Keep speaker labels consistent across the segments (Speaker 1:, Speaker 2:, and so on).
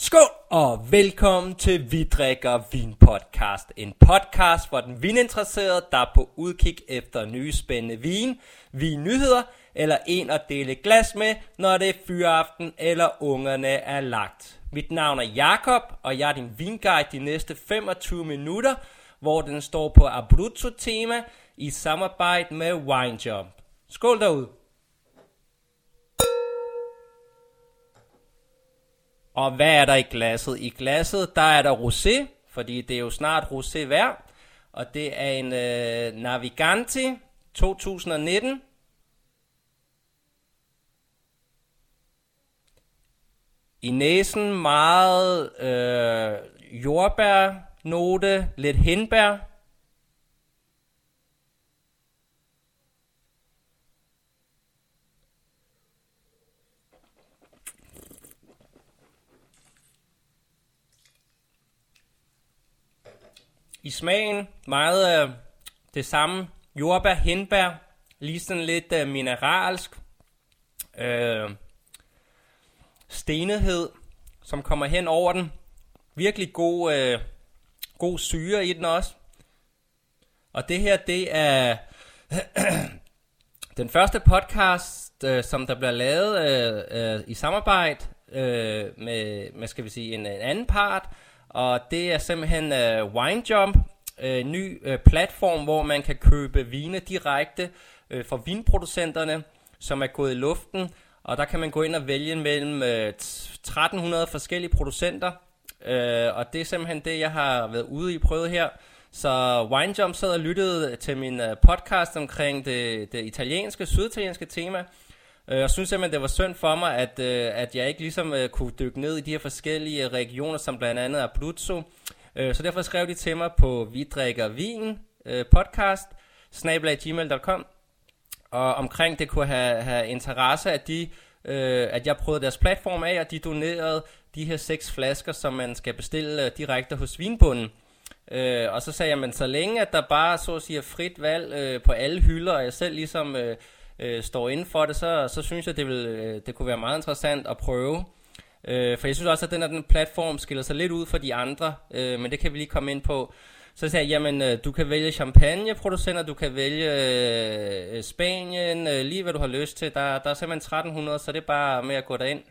Speaker 1: Skål og velkommen til Vi drikker vin podcast. En podcast for den vininteresserede, der er på udkig efter nye spændende vinnyheder eller en at dele glas med, når det er fyraften eller ungerne er lagt. Mit navn er Jakob, og jeg er din vinguide de næste 25 minutter, hvor den står på Abruzzo-tema i samarbejde med WineJump. Skål derude! Og hvad er der i glasset? I glasset, der er der rosé, fordi det er jo snart rosé vejr. Og det er en Naviganti 2019. I næsen meget jordbærnote, lidt hindbær. I smagen meget det samme jordbær, hindbær, lige sådan lidt mineralsk, stenethed, som kommer hen over den. Virkelig god syre i den også. Og det her, det er den første podcast, som der bliver lavet i samarbejde med skal vi sige, en anden part. Og det er simpelthen WineJump, en ny platform, hvor man kan købe vine direkte fra vinproducenterne, som er gået i luften. Og der kan man gå ind og vælge mellem 1300 forskellige producenter. Og det er simpelthen det, jeg har været ude i prøvet her. Så WineJump sad og lyttede til min podcast omkring det italienske, syditalienske tema. Jeg synes simpelthen, det var synd for mig, at jeg ikke ligesom kunne dykke ned i de her forskellige regioner, som blandt andet er Abruzzo. Så derfor skrev de til mig på Vi drikker vin podcast @gmail.com. Og omkring det kunne have interesse, at jeg prøvede deres platform af, og de donerede de her 6 flasker, som man skal bestille direkte hos vinbunden. Og så sagde jeg, men så længe at der bare så at sige er frit valg på alle hylder, og jeg selv ligesom står inden for det, så synes jeg, det kunne være meget interessant at prøve. For jeg synes også, at den platform skiller sig lidt ud fra de andre, men det kan vi lige komme ind på. Så sagde jeg, jamen du kan vælge champagneproducenter, du kan vælge Spanien, lige hvad du har lyst til. Der er simpelthen 1300, så det er bare med at gå derind.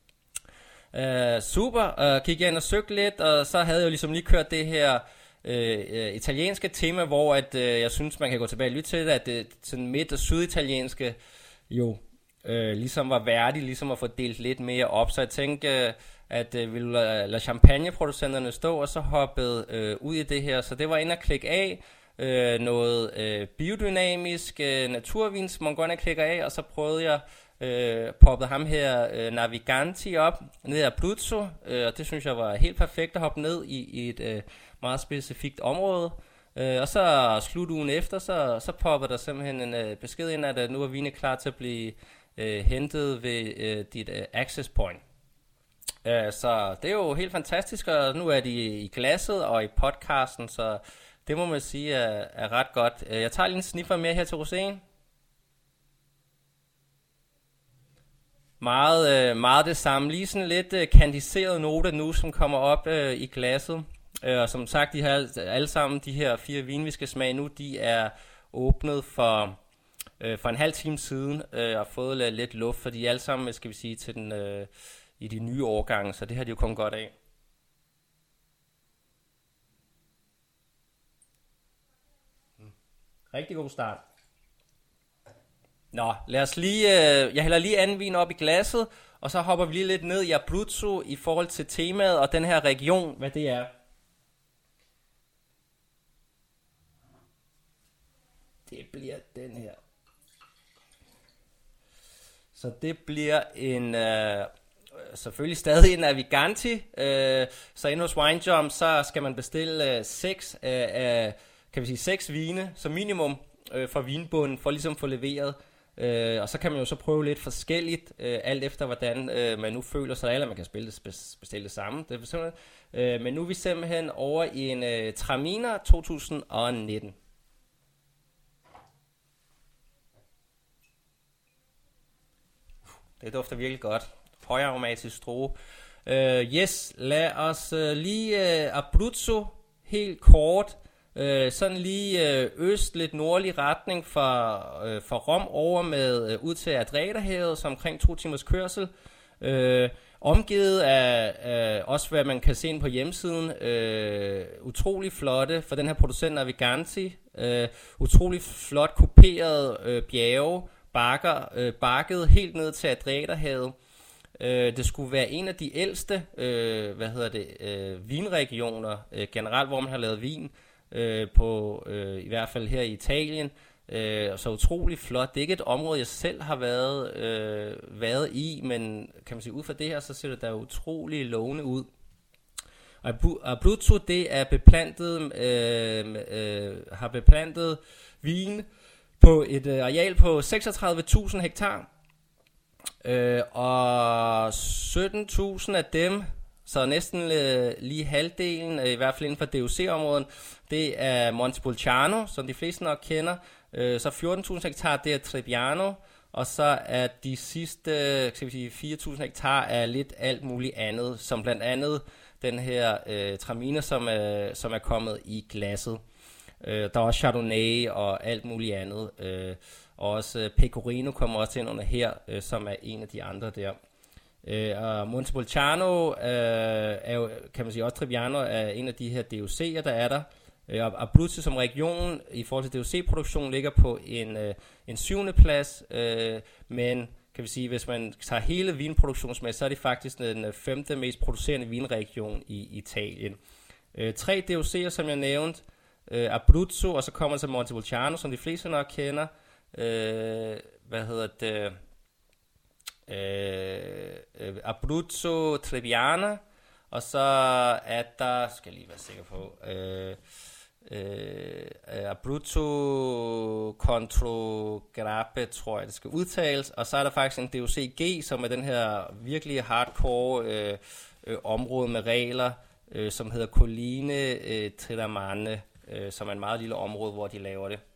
Speaker 1: Super, gik jeg ind og søgte lidt, og så havde jeg jo ligesom lige kørt det her italienske tema, hvor jeg synes, man kan gå tilbage og lytte til det, at det sådan midt- og syditalienske jo ligesom var værdigt, ligesom at få delt lidt mere op. Så jeg tænkte, at vi ville lade champagneproducenterne stå, og så hoppede ud i det her. Så det var ind at klikke af, noget biodynamisk naturvins, man går ind og klikker af, og så prøvede jeg poppede ham her Naviganti op ned ad Abruzzo, og det synes jeg var helt perfekt at hoppe ned i et meget specifikt område. Og så slutugen efter, så poppede der simpelthen en besked ind, at nu er vinen klar til at blive hentet ved dit access point. Så det er jo helt fantastisk, og nu er de i glasset og i podcasten, så det må man sige er ret godt. Jeg tager lige en sniffer mere her til roséen. Meget det samme. Lige sådan lidt kandiseret note nu, som kommer op i glasset. Og som sagt, de her alle sammen, de her 4 vine, vi skal smage nu, de er åbnet for en halv time siden og har fået lidt luft, for de er alle sammen, skal vi sige, til den i de nye årgange, så det har de jo kun godt af. Rigtig god start. Nå, lad os lige, jeg hælder lige anden vin op i glasset, og så hopper vi lige lidt ned i Abruzzo i forhold til temaet og den her region, hvad det er. Det bliver den her. Så det bliver en, selvfølgelig stadig en Naviganti. Så inde hos WineJump, så skal man bestille 6 vine som minimum fra vinbunden, for ligesom at få leveret. Og så kan man jo så prøve lidt forskelligt, alt efter hvordan man nu føler sig, eller man kan bestille det samme. Men nu er vi simpelthen over i en Traminer 2019. Det dufter virkelig godt. Højaromatisk strue. Yes, lad os lige Abruzzo helt kort. Sådan lige øst, lidt nordlig retning fra Rom over med ud til Adriaterhavet, så omkring 2 timers kørsel. Omgivet af også hvad man kan se ind på hjemmesiden, utrolig flotte for den her producent Naviganti, utrolig flot kuperet bjerge, bakket helt ned til Adriaterhavet. Det skulle være en af de ældste vinregioner generelt, hvor man har lavet vin i hvert fald her i Italien. Så utrolig flot. Det er ikke et område, jeg selv har været i, men kan man sige, ud fra det her, så ser det da utrolig lovende ud. Abruzzo, det er har beplantet vin på et areal på 36.000 hektar, og 17.000 af dem, så næsten lige halvdelen, i hvert fald inden for DOC-området, det er Montepulciano, som de fleste nok kender. Så 14.000 hektar, det er Trebbiano, og så er de sidste 4.000 hektar er lidt alt muligt andet, som blandt andet den her Traminer, som er kommet i glasset. Der er også Chardonnay og alt muligt andet. Og også Pecorino kommer også ind under her, som er en af de andre der. Og Montepulciano er jo, kan man sige, også Trebbiano er en af de her DOC'er, der er der. Og Abruzzo som region i forhold til DOC-produktion ligger på en 7. plads, men kan vi sige, hvis man tager hele vinproduktionsmæssigt, så er det faktisk den 5. mest producerende vinregion i Italien. 3 DOC'er, som jeg nævnte, Abruzzo, og så kommer så Montepulciano, som de fleste nok kender. Abruzzo, Trebbiano, og så er der, skal jeg lige være sikker på, Abruzzo Contro Grappa, tror jeg det skal udtales, og så er der faktisk en DOCG, som er den her virkelig hardcore område med regler, som hedder Colline Tredamane, som er en meget lille område, hvor de laver det.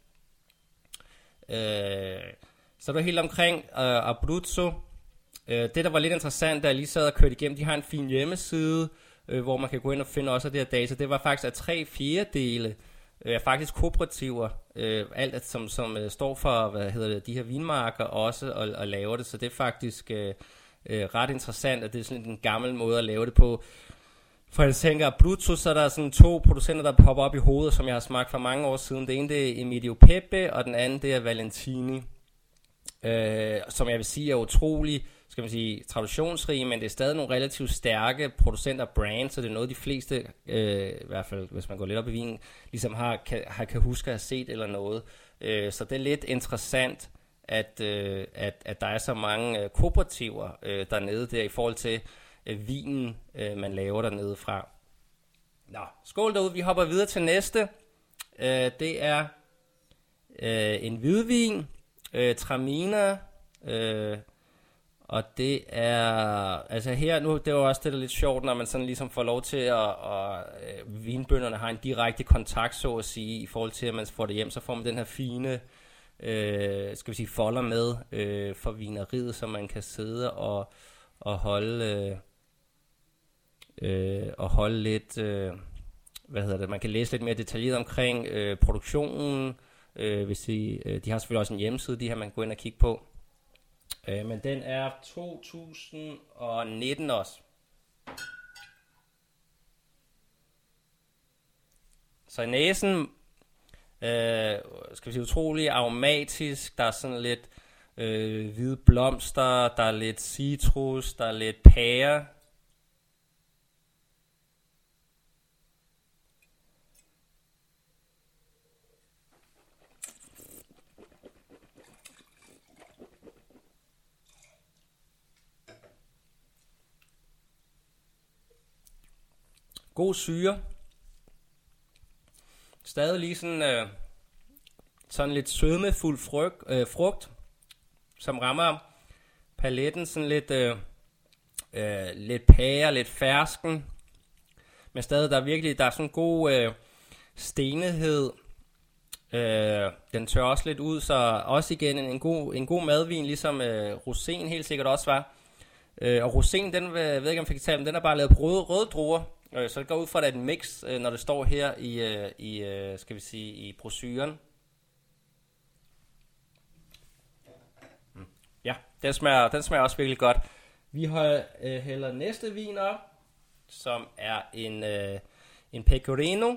Speaker 1: Så er der helt omkring Abruzzo. Det der var lidt interessant, da jeg lige sad og kørte igennem, de har en fin hjemmeside, hvor man kan gå ind og finde også det her data. Det var faktisk af 3/4 faktisk kooperativer, alt som står for de her vinmarker også og laver det, så det er faktisk ret interessant, at det er sådan en gammel måde at lave det på. For jeg tænker, Abruzzo, så er der sådan 2 producenter, der popper op i hovedet, som jeg har smagt for mange år siden. Det ene, det er Emilio Pepe, og den anden, det er Valentini, som jeg vil sige er utrolig, skal man sige, traditionsrige, men det er stadig nogle relativt stærke producenter og brands, så det er noget, de fleste, i hvert fald hvis man går lidt op i vinen, ligesom kan huske at have set eller noget. Så det er lidt interessant, at der er så mange kooperativer dernede der i forhold til vinen, man laver dernede fra. Nå, skål derude, vi hopper videre til næste. Det er en hvidvin, Traminer, og det er, altså her nu, det var også det, der er lidt sjovt, når man sådan ligesom får lov til at vinbønderne har en direkte kontakt, så at sige, i forhold til, at man får det hjem, så får man den her fine, skal vi sige, folder med for vineriet, så man kan sidde og holde lidt, man kan læse lidt mere detaljeret omkring produktionen, hvis de har selvfølgelig også en hjemmeside, de her man kan gå ind og kigge på. Men den er 2019 også. Så i næsen, skal vi sige, utrolig aromatisk. Der er sådan lidt hvide blomster, der er lidt citrus, der er lidt pære. God syre. Stadig lige sådan lidt sødmefuld frugt, som rammer paletten, sådan lidt pære, lidt fersken. Men stadig der er sådan en god stenighed. Den tør også lidt ud, så også igen en god madvin, ligesom roséen helt sikkert også var. Og roséen, den ved jeg ikke om jeg fik talt, men den er bare lavet på røde druer. Så det går ud fra, at det er et mix, når det står her i skal vi sige, i brochuren. Ja, den smager også virkelig godt. Vi har hælder næste vin op, som er en Pecorino.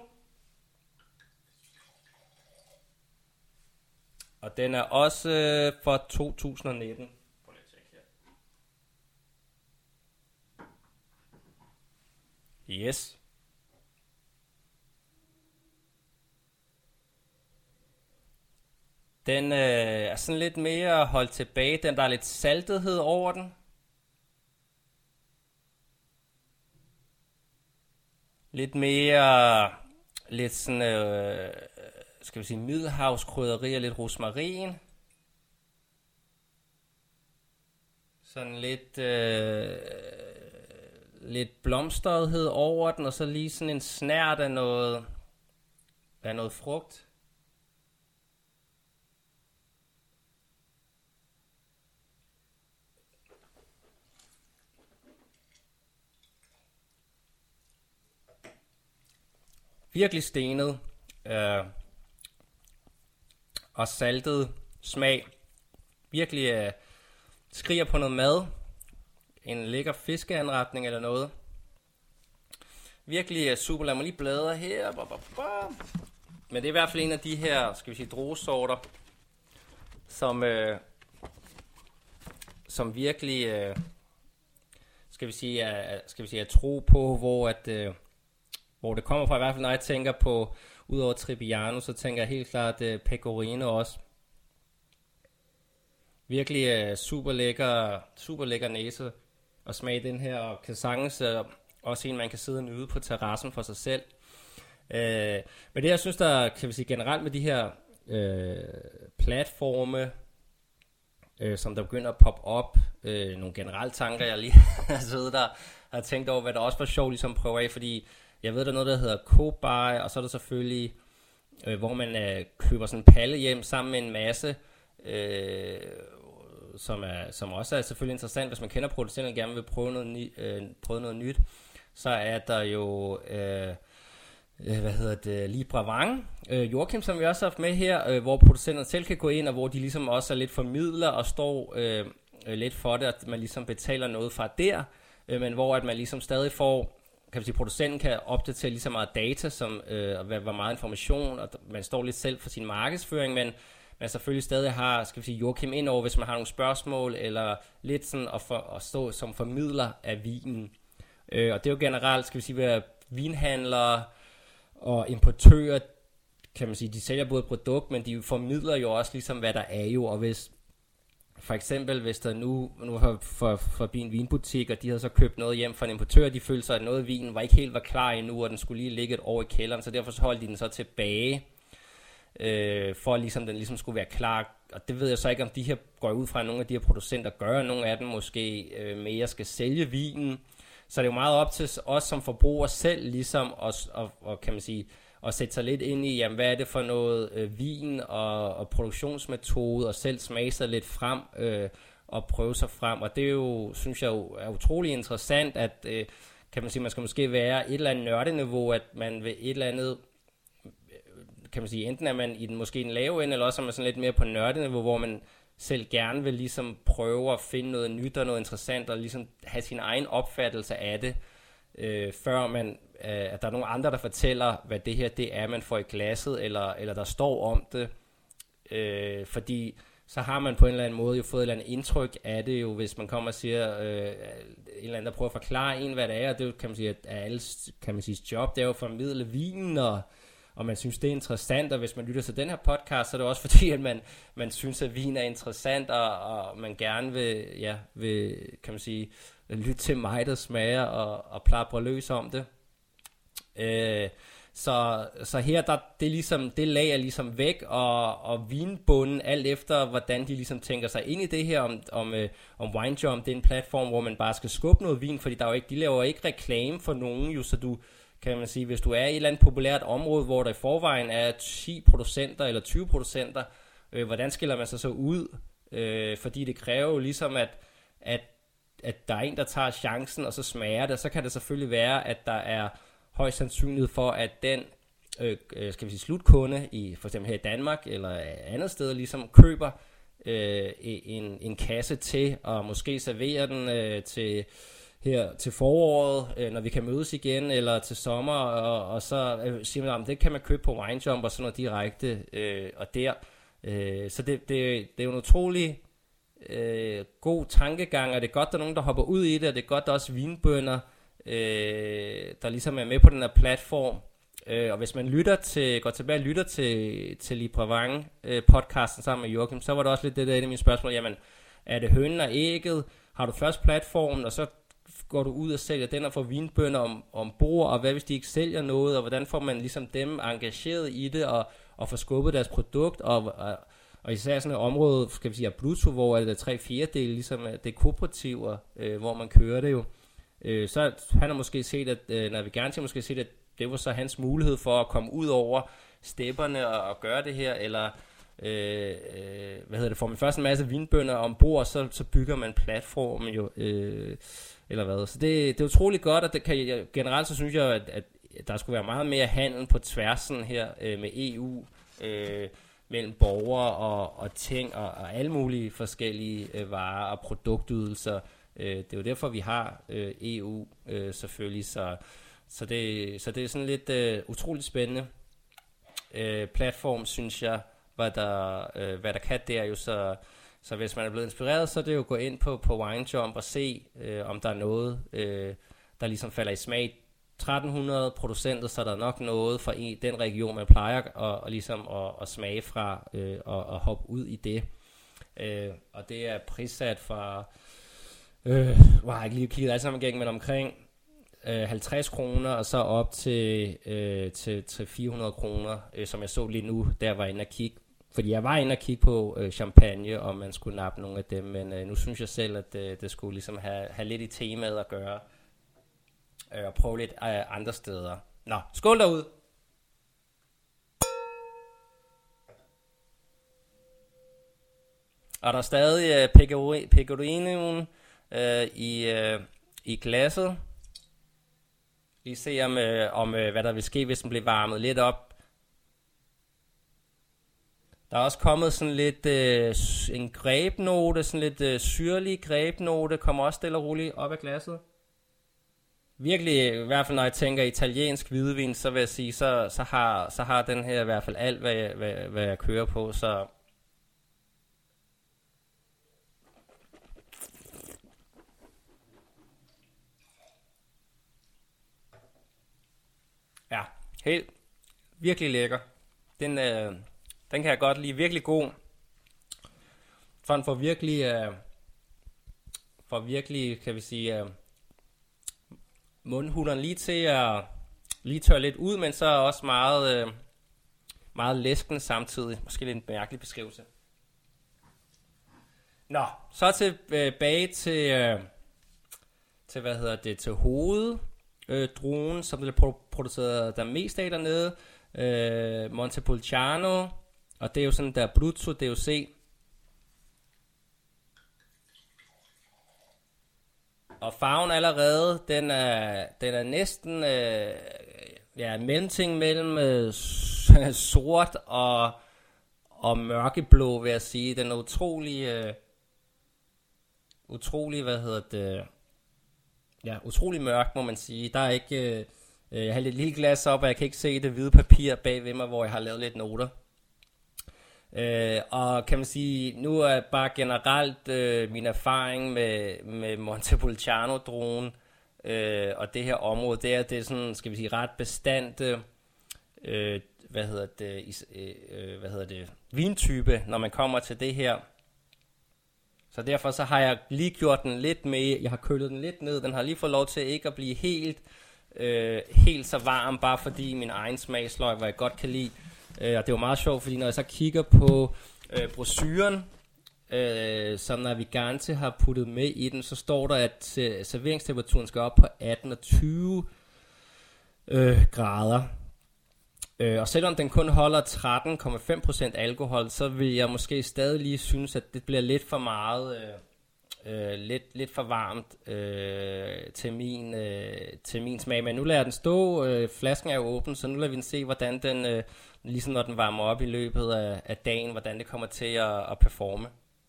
Speaker 1: Og den er også fra 2019. Prøv lige at tjekke her. Yes. Den er sådan lidt mere holdt tilbage. Der er lidt saltethed over den. Lidt mere, lidt sådan, skal vi sige, middelhavskrydderi og lidt rosmarin. Sådan lidt blomstrethed over den, og så lige sådan en snert af noget frugt. Virkelig stenet og saltet smag. Virkelig skriger på noget mad. En lækker fiskeanretning eller noget. Virkelig super. Lad mig lige bladre her. Men det er i hvert fald en af de her, skal vi sige, druesorter, som virkelig, skal vi sige, er tro på, hvor det kommer fra. I hvert fald når jeg tænker på, udover Trebbiano, så tænker jeg helt klart Pecorino også. Virkelig super lækker næse at smage den her, og kan sagtens også en, man kan sidde og nyde på terrassen for sig selv. Men det jeg synes, der kan vi sige generelt med de her platforme, som der begynder at poppe op, nogle generelle tanker, jeg lige har siddet der og har tænkt over, hvad der også var sjovt ligesom at prøve af, fordi jeg ved, der er noget, der hedder co-buy, og så er der selvfølgelig, hvor man køber sådan en palle hjem sammen med en masse, som også er selvfølgelig interessant, hvis man kender producenten og gerne vil prøve noget nyt. Så er der jo, Libravang, Joachim, som vi også har haft med her, hvor producenterne selv kan gå ind, og hvor de ligesom også er lidt formidler og står lidt for det, at man ligesom betaler noget fra der, men hvor at man ligesom stadig får, kan vi sige, producenten kan opdatere lige så meget data, som hvor meget information, og man står lidt selv for sin markedsføring, men man selvfølgelig stadig har, skal vi sige, Joachim ind over, hvis man har nogle spørgsmål, eller lidt sådan at stå som formidler af vinen. Og det er jo generelt, skal vi sige, være vinhandlere og importører, kan man sige, de sælger både produkt, men de formidler jo også ligesom, hvad der er jo, og hvis for eksempel, hvis der nu har forbi en vinbutik, og de havde så købt noget hjem fra en importør, de følte sig, at noget af vinen ikke helt var klar endnu, og den skulle lige ligge et år i kælderen, så derfor så holdt de den så tilbage, for ligesom den ligesom skulle være klar. Og det ved jeg så ikke, om de her går ud fra, at nogle af de her producenter gør, nogle af dem måske mere skal sælge vinen. Så det er jo meget op til os som forbrugere selv, ligesom og kan man sige, at sætte sig lidt ind i, jamen, hvad er det for noget vin og produktionsmetode, og selv smage sig lidt frem og prøve sig frem. Og det er jo, synes jeg jo, er utrolig interessant, at kan man sige, man skal måske være et eller andet nørdeniveau, at man ved et eller andet, kan man sige, enten er man i måske den lave ende, eller også er man sådan lidt mere på nørdeniveau, hvor man selv gerne vil ligesom prøve at finde noget nyt og noget interessant, og ligesom have sin egen opfattelse af det, før man, at der er nogle andre, der fortæller, hvad det her det er, man får i glasset, eller der står om det, fordi så har man på en eller anden måde jo fået et eller andet indtryk af det, jo, hvis man kommer og siger, en eller anden, der prøver at forklare en, hvad det er, og det kan man sige, at alles, kan man sige, job, det er jo at formidle vinen, og man synes, det er interessant, og hvis man lytter til den her podcast, så er det også fordi, at man synes, at vin er interessant, og man gerne vil, kan man sige, lytte til mig, der smager, og plapper løs om det. Så her, det, ligesom, det lag er ligesom væk, og vinbunden, alt efter, hvordan de ligesom tænker sig ind i det her, om WineJump, det er en platform, hvor man bare skal skubbe noget vin, fordi der er jo ikke, de laver ikke reklame for nogen, jo, så du, kan man sige, hvis du er i et eller andet populært område, hvor der i forvejen er 10 producenter eller 20 producenter, hvordan skiller man sig så ud? Fordi det kræver jo ligesom, at der er en, der tager chancen, og så smager det, så kan det selvfølgelig være, at der er højst sandsynlighed for, at den skal vi sige, slutkunde, i for eksempel her i Danmark, eller andet sted, ligesom køber en kasse til, og måske serverer den til foråret, når vi kan mødes igen, eller til sommer, og så siger man, at det kan man købe på WineJump, og sådan noget direkte, og der. Så det er jo en utrolig god tankegang, og det er godt, der er nogen, der hopper ud i det, og det er godt, der er også vinbønder, der ligesom er med på den her platform. Og hvis man går tilbage og lytter til Librevin podcasten sammen med Joachim, så var det også lidt det der af mine spørgsmål, jamen, er det hønen og ægget? Har du først platformen, og så går du ud og sælger den og får vinbønder ombord, og hvad hvis de ikke sælger noget, og hvordan får man ligesom dem engageret i det, og får skubbet deres produkt, og især sådan et område, skal vi sige, af Bluetooth, hvor det er 3/4 ligesom det er kooperativer, hvor man kører det jo. Så han har måske set, at Naviganti måske set, at det var så hans mulighed for at komme ud over stepperne og gøre det her, eller får man først en masse vinbønder ombord, så bygger man platformen jo, eller hvad. Så det er utroligt godt, og generelt så synes jeg, at der skulle være meget mere handel på tværsen her med EU, mellem borgere og ting og alle mulige forskellige varer og produktydelser. Det er jo derfor, vi har EU selvfølgelig, så det er sådan lidt utroligt spændende platform, synes jeg, hvad der kan der jo. Så hvis man er blevet inspireret, så er det jo at gå ind på WineJump og se, om der er noget, der ligesom falder i smag. 1300 producenter, så er der nok noget fra den region, man plejer at smage fra, og hoppe ud i det. Og det er prissat fra, jeg har ikke lige kigget alt sammen igennem, men omkring 50 kroner, og så op til 400 kroner, som jeg så lige nu, der var inde og kigge. Fordi jeg var inde og kigge på champagne, om man skulle nappe nogle af dem, men nu synes jeg selv, at det skulle ligesom have lidt i temaet at gøre, og prøve lidt andre steder. Nå, skål derude! Og der er stadig Pecorinoen i glasset. Vi ser om hvad der vil ske, hvis den bliver varmet lidt op. Der er også kommet sådan lidt en grebnote, sådan lidt syrlig grebnote, kommer også stille og roligt op af glasset. Virkelig, i hvert fald når jeg tænker italiensk hvidvin, så vil jeg sige, så har den her i hvert fald alt, hvad jeg kører på, så... Ja, helt virkelig lækker. Den kan jeg godt lide, virkelig god. For den får virkelig, kan vi sige, mundhulen lige til at lige tørre lidt ud, men så også meget læsken samtidig. Måske lidt en mærkelig beskrivelse. Nå, så tilbage til til hoveddruen, som bliver produceret der mest af dernede. Montepulciano, og det er jo sådan der Bruzzo DOC. Og farven allerede, den er næsten en mellemting mellem sort og mørkeblå, vil jeg sige. Den er utrolig mørk, må man sige. Der er ikke... jeg har lidt lille glas op, og jeg kan ikke se det hvide papir bag ved mig, hvor jeg har lavet lidt noter. Og kan man sige, nu er bare generelt min erfaring med Montepulciano-druen og det her område, det er sådan, skal vi sige, ret bestandte vintype, når man kommer til det her. Så derfor så har jeg lige gjort den lidt med, jeg har kølet den lidt ned, den har lige fået lov til ikke at blive helt så varm, bare fordi min egen smagsløg, hvad jeg godt kan lide. Og det var meget sjovt, fordi når jeg så kigger på brochuren, som Naviganti har puttet med i den, så står der, at serveringstemperaturen skal op på 18 og 20 grader. Og selvom den kun holder 13,5% alkohol, så vil jeg måske stadig lige synes, at det bliver lidt for meget lidt for varmt til min smag, men nu lader den stå. Flasken er jo åben, så nu lader vi den se, hvordan den, ligesom når den varmer op i løbet af dagen, hvordan det kommer til at performe.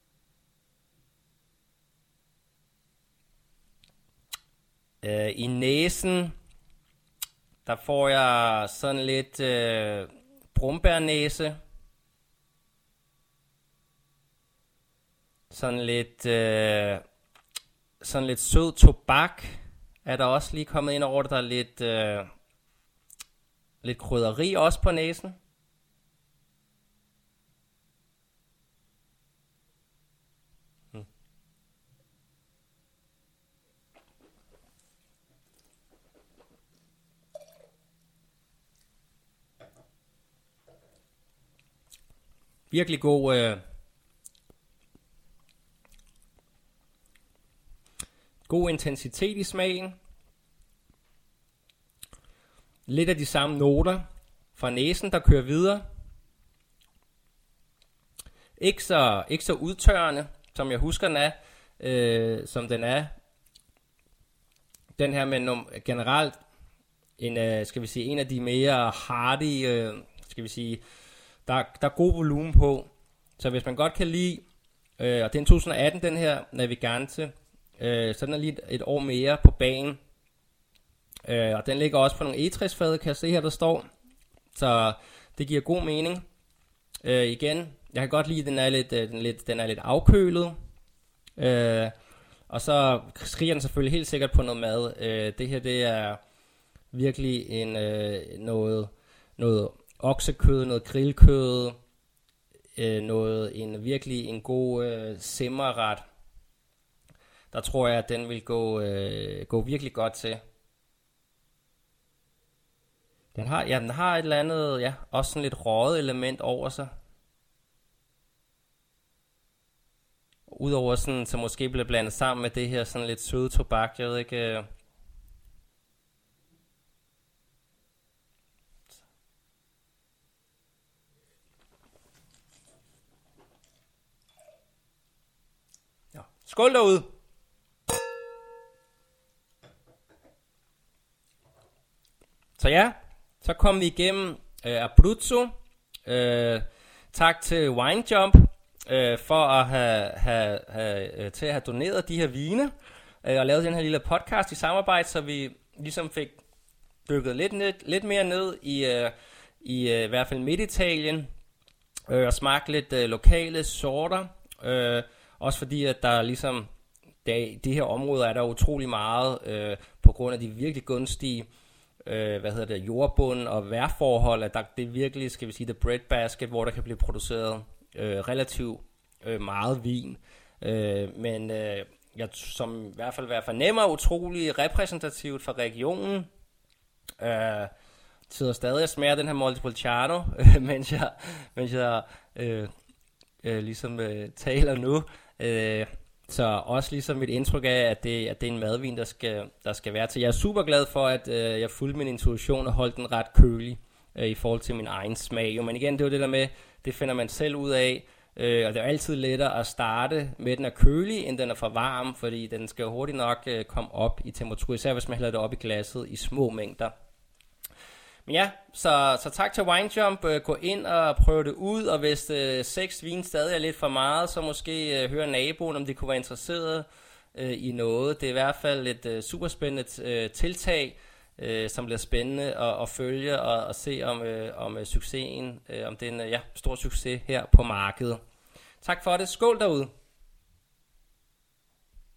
Speaker 1: I næsen, der får jeg sådan lidt brumbærnæse. Sådan lidt sød tobak er der også lige kommet ind over det. Der er lidt krydderi også på næsen. Virkelig god intensitet i smagen. Lidt af de samme noter fra næsen, der kører videre. Ikke så udtørrende, som jeg husker den er, som den er. Den her med generelt en af de mere hardy, der er god volumen på. Så hvis man godt kan lide, og det er en 2018 den her Navigante, så den er lige et år mere på banen. Og den ligger også på nogle E60-fade, kan jeg se her, der står. Så det giver god mening. Igen, jeg kan godt lide, at den er lidt afkølet. Og så skriger den selvfølgelig helt sikkert på noget mad. Det her, det er virkelig noget oksekød, noget grillkød, virkelig en god simmerret. Der tror jeg, at den vil gå virkelig godt til. Den har et eller andet, også sådan lidt røget element over sig. Udover sådan, så måske bliver blandet sammen med det her sådan lidt søde tobak, jeg ved ikke. Ja. Skål derude! Så kom vi igennem Abruzzo. Tak til Wine Jump for at have doneret de her vine og lavet den her lille podcast i samarbejde, så vi ligesom fik dykket lidt mere ned i hvert fald Midt-Italien og smagt lidt lokale sorter. Også fordi at der ligesom de her områder er der utrolig meget på grund af de virkelig gunstige jordbund og vejrforhold, at det er virkelig, skal vi sige, the breadbasket, hvor der kan blive produceret relativt meget vin. Men jeg som i hvert fald fornemmer utrolig repræsentativt for regionen. Sidder stadig og smager den her Montepulciano, mens jeg taler nu. Så også ligesom mit indtryk af, at det er en madvin, der skal være til. Jeg er super glad for, at jeg fulgte min intuition og holdt den ret kølig i forhold til min egen smag. Jo, men igen, det er jo det der med, det finder man selv ud af. Og det er altid lettere at starte med, at den er kølig, end den er for varm, fordi den skal hurtigt nok komme op i temperatur, især hvis man hælder det op i glasset i små mængder. Men ja, så tak til Wine Jump. Gå ind og prøv det ud, og hvis 6 vin stadig er lidt for meget, så måske høre naboen, om de kunne være interesseret i noget. Det er i hvert fald et superspændende tiltag, som bliver spændende at følge og se om succesen, om det er en stor succes her på markedet. Tak for det. Skål derude.